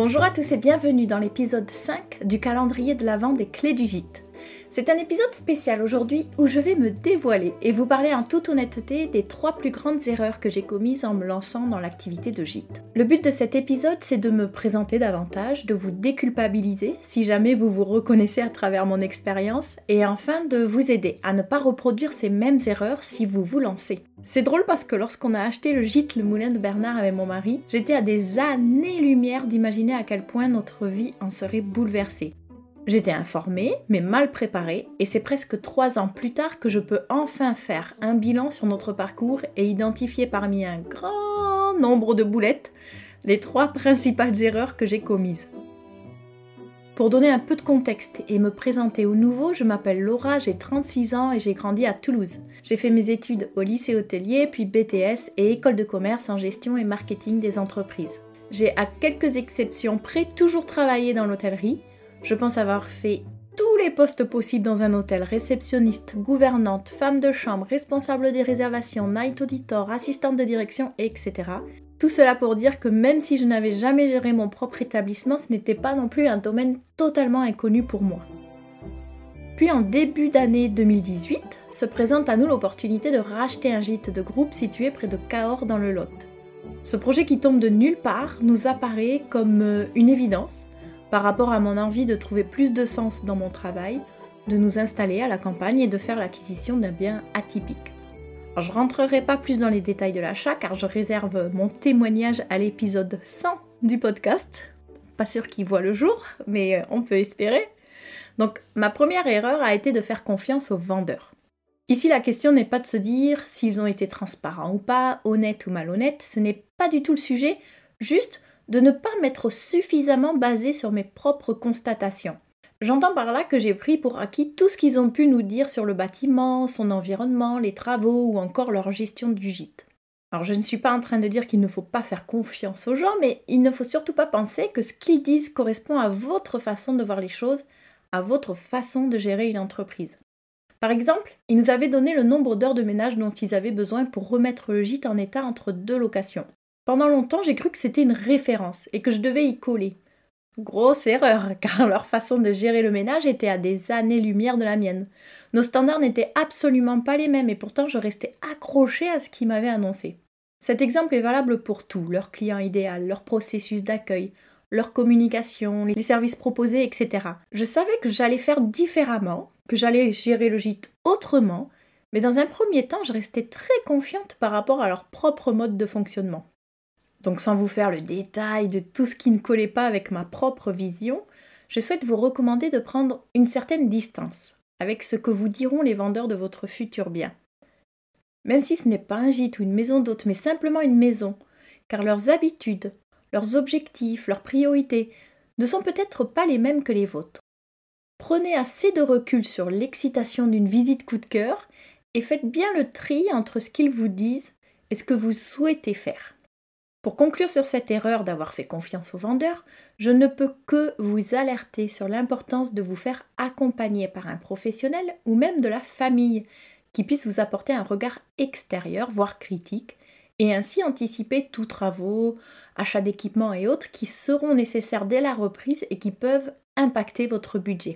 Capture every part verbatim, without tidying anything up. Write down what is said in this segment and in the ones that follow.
Bonjour à tous et bienvenue dans l'épisode cinq du calendrier de l'Avent des Clés du Gîte. C'est un épisode spécial aujourd'hui où je vais me dévoiler et vous parler en toute honnêteté des trois plus grandes erreurs que j'ai commises en me lançant dans l'activité de gîte. Le but de cet épisode, c'est de me présenter davantage, de vous déculpabiliser si jamais vous vous reconnaissez à travers mon expérience et enfin de vous aider à ne pas reproduire ces mêmes erreurs si vous vous lancez. C'est drôle parce que lorsqu'on a acheté le gîte Le Moulin de Bernard avec mon mari, j'étais à des années-lumière d'imaginer à quel point notre vie en serait bouleversée. J'étais informée, mais mal préparée, et c'est presque trois ans plus tard que je peux enfin faire un bilan sur notre parcours et identifier parmi un grand nombre de boulettes les trois principales erreurs que j'ai commises. Pour donner un peu de contexte et me présenter au nouveau, je m'appelle Laura, j'ai trente-six ans et j'ai grandi à Toulouse. J'ai fait mes études au lycée hôtelier, puis B T S et école de commerce en gestion et marketing des entreprises. J'ai à quelques exceptions près toujours travaillé dans l'hôtellerie. Je pense avoir fait tous les postes possibles dans un hôtel, réceptionniste, gouvernante, femme de chambre, responsable des réservations, night auditor, assistante de direction, et cetera. Tout cela pour dire que même si je n'avais jamais géré mon propre établissement, ce n'était pas non plus un domaine totalement inconnu pour moi. Puis en début d'année deux mille dix-huit, se présente à nous l'opportunité de racheter un gîte de groupe situé près de Cahors dans le Lot. Ce projet qui tombe de nulle part nous apparaît comme une évidence, par rapport à mon envie de trouver plus de sens dans mon travail, de nous installer à la campagne et de faire l'acquisition d'un bien atypique. Alors, je ne rentrerai pas plus dans les détails de l'achat car je réserve mon témoignage à l'épisode cent du podcast. Pas sûr qu'il voit le jour, mais on peut espérer. Donc ma première erreur a été de faire confiance aux vendeurs. Ici la question n'est pas de se dire s'ils ont été transparents ou pas, honnêtes ou malhonnêtes, ce n'est pas du tout le sujet, juste de ne pas m'être suffisamment basée sur mes propres constatations. J'entends par là que j'ai pris pour acquis tout ce qu'ils ont pu nous dire sur le bâtiment, son environnement, les travaux ou encore leur gestion du gîte. Alors je ne suis pas en train de dire qu'il ne faut pas faire confiance aux gens, mais il ne faut surtout pas penser que ce qu'ils disent correspond à votre façon de voir les choses, à votre façon de gérer une entreprise. Par exemple, ils nous avaient donné le nombre d'heures de ménage dont ils avaient besoin pour remettre le gîte en état entre deux locations. Pendant longtemps, j'ai cru que c'était une référence et que je devais y coller. Grosse erreur, car leur façon de gérer le ménage était à des années-lumière de la mienne. Nos standards n'étaient absolument pas les mêmes et pourtant je restais accrochée à ce qu'ils m'avaient annoncé. Cet exemple est valable pour tout, leur client idéal, leur processus d'accueil, leur communication, les services proposés, et cetera. Je savais que j'allais faire différemment, que j'allais gérer le gîte autrement, mais dans un premier temps, je restais très confiante par rapport à leur propre mode de fonctionnement. Donc sans vous faire le détail de tout ce qui ne collait pas avec ma propre vision, je souhaite vous recommander de prendre une certaine distance avec ce que vous diront les vendeurs de votre futur bien. Même si ce n'est pas un gîte ou une maison d'hôte, mais simplement une maison, car leurs habitudes, leurs objectifs, leurs priorités ne sont peut-être pas les mêmes que les vôtres. Prenez assez de recul sur l'excitation d'une visite coup de cœur et faites bien le tri entre ce qu'ils vous disent et ce que vous souhaitez faire. Pour conclure sur cette erreur d'avoir fait confiance aux vendeurs, je ne peux que vous alerter sur l'importance de vous faire accompagner par un professionnel ou même de la famille qui puisse vous apporter un regard extérieur, voire critique, et ainsi anticiper tous travaux, achats d'équipements et autres qui seront nécessaires dès la reprise et qui peuvent impacter votre budget.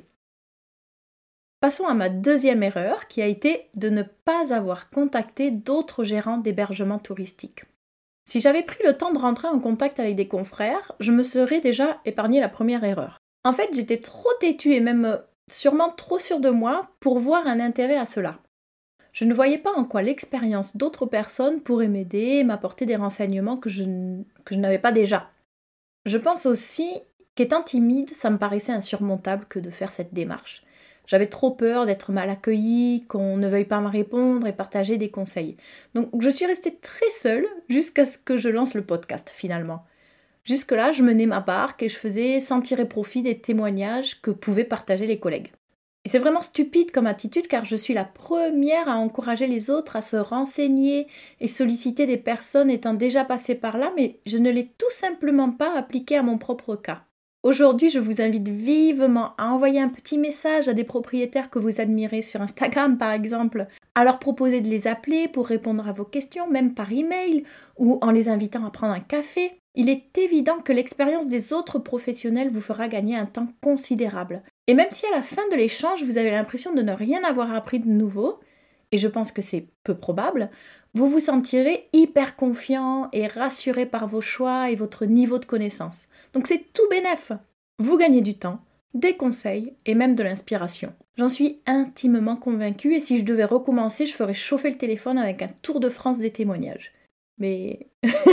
Passons à ma deuxième erreur qui a été de ne pas avoir contacté d'autres gérants d'hébergement touristique. Si j'avais pris le temps de rentrer en contact avec des confrères, je me serais déjà épargné la première erreur. En fait, j'étais trop têtue et même sûrement trop sûre de moi pour voir un intérêt à cela. Je ne voyais pas en quoi l'expérience d'autres personnes pourrait m'aider et m'apporter des renseignements que je, n- que je n'avais pas déjà. Je pense aussi qu'étant timide, ça me paraissait insurmontable que de faire cette démarche. J'avais trop peur d'être mal accueillie, qu'on ne veuille pas me répondre et partager des conseils. Donc je suis restée très seule jusqu'à ce que je lance le podcast finalement. Jusque-là, je menais ma barque et je faisais sans tirer profit des témoignages que pouvaient partager les collègues. Et c'est vraiment stupide comme attitude car je suis la première à encourager les autres à se renseigner et solliciter des personnes étant déjà passées par là, mais je ne l'ai tout simplement pas appliqué à mon propre cas. Aujourd'hui, je vous invite vivement à envoyer un petit message à des propriétaires que vous admirez sur Instagram par exemple, à leur proposer de les appeler pour répondre à vos questions, même par email ou en les invitant à prendre un café. Il est évident que l'expérience des autres professionnels vous fera gagner un temps considérable. Et même si à la fin de l'échange, vous avez l'impression de ne rien avoir appris de nouveau, et je pense que c'est peu probable, vous vous sentirez hyper confiant et rassuré par vos choix et votre niveau de connaissance. Donc c'est tout bénef. Vous gagnez du temps, des conseils et même de l'inspiration. J'en suis intimement convaincue et si je devais recommencer, je ferais chauffer le téléphone avec un tour de France des témoignages. Mais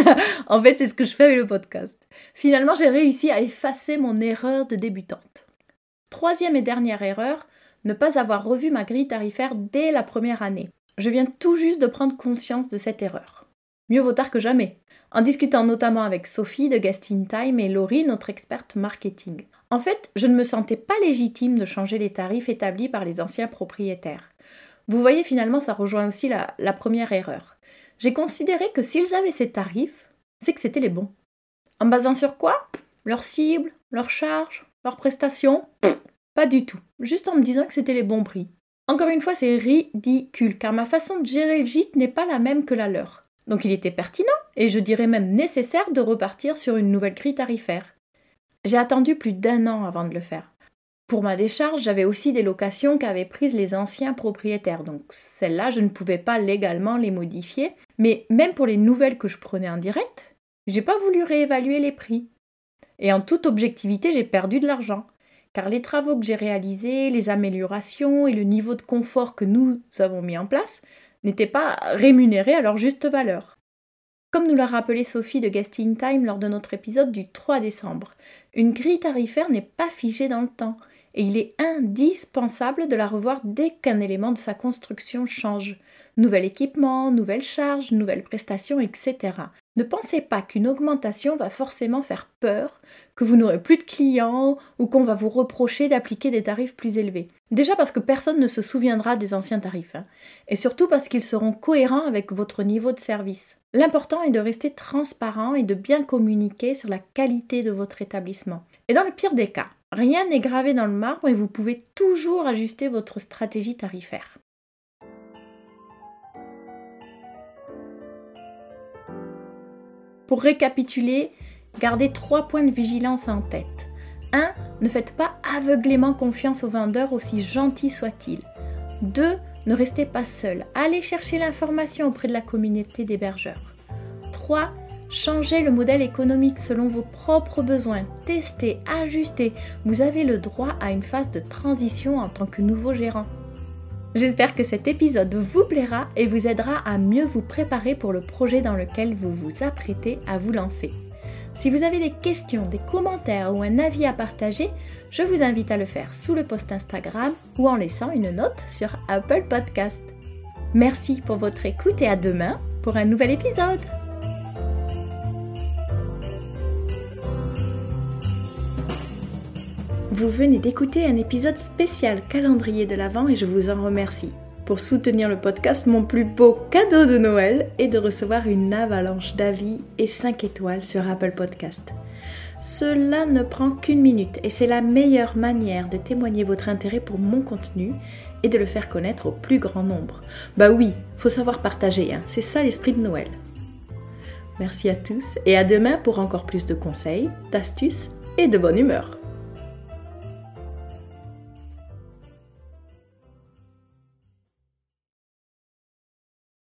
en fait, c'est ce que je fais avec le podcast. Finalement, j'ai réussi à effacer mon erreur de débutante. Troisième et dernière erreur, ne pas avoir revu ma grille tarifaire dès la première année. Je viens tout juste de prendre conscience de cette erreur. Mieux vaut tard que jamais. En discutant notamment avec Sophie de Guest in Time et Laurie, notre experte marketing. En fait, je ne me sentais pas légitime de changer les tarifs établis par les anciens propriétaires. Vous voyez, finalement, ça rejoint aussi la, la première erreur. J'ai considéré que s'ils avaient ces tarifs, c'est que c'était les bons. En basant sur quoi ? Leur cible, leurs charges, leurs prestations ? Pas du tout. Juste en me disant que c'était les bons prix. Encore une fois, c'est ridicule, car ma façon de gérer le gîte n'est pas la même que la leur. Donc il était pertinent, et je dirais même nécessaire de repartir sur une nouvelle grille tarifaire. J'ai attendu plus d'un an avant de le faire. Pour ma décharge, j'avais aussi des locations qu'avaient prises les anciens propriétaires, donc celles-là, je ne pouvais pas légalement les modifier, mais même pour les nouvelles que je prenais en direct, j'ai pas voulu réévaluer les prix. Et en toute objectivité, j'ai perdu de l'argent, car les travaux que j'ai réalisés, les améliorations et le niveau de confort que nous avons mis en place n'étaient pas rémunérés à leur juste valeur. Comme nous l'a rappelé Sophie de Guest in Time lors de notre épisode du trois décembre, une grille tarifaire n'est pas figée dans le temps et il est indispensable de la revoir dès qu'un élément de sa construction change. Nouvel équipement, nouvelles charges, nouvelles prestations, et cetera. Ne pensez pas qu'une augmentation va forcément faire peur, que vous n'aurez plus de clients ou qu'on va vous reprocher d'appliquer des tarifs plus élevés. Déjà parce que personne ne se souviendra des anciens tarifs, hein, et surtout parce qu'ils seront cohérents avec votre niveau de service. L'important est de rester transparent et de bien communiquer sur la qualité de votre établissement. Et dans le pire des cas, rien n'est gravé dans le marbre et vous pouvez toujours ajuster votre stratégie tarifaire. Pour récapituler, gardez trois points de vigilance en tête. un. Ne faites pas aveuglément confiance aux vendeurs, aussi gentils soient-ils. deux. Ne restez pas seul. Allez chercher l'information auprès de la communauté d'hébergeurs. trois. Changez le modèle économique selon vos propres besoins. Testez, ajustez. Vous avez le droit à une phase de transition en tant que nouveau gérant. J'espère que cet épisode vous plaira et vous aidera à mieux vous préparer pour le projet dans lequel vous vous apprêtez à vous lancer. Si vous avez des questions, des commentaires ou un avis à partager, je vous invite à le faire sous le post Instagram ou en laissant une note sur Apple Podcast. Merci pour votre écoute et à demain pour un nouvel épisode. Vous venez d'écouter un épisode spécial calendrier de l'Avent et je vous en remercie. Pour soutenir le podcast, mon plus beau cadeau de Noël est de recevoir une avalanche d'avis et cinq étoiles sur Apple Podcast. Cela ne prend qu'une minute et c'est la meilleure manière de témoigner votre intérêt pour mon contenu et de le faire connaître au plus grand nombre. Bah oui, faut savoir partager, hein, c'est ça l'esprit de Noël. Merci à tous et à demain pour encore plus de conseils, d'astuces et de bonne humeur.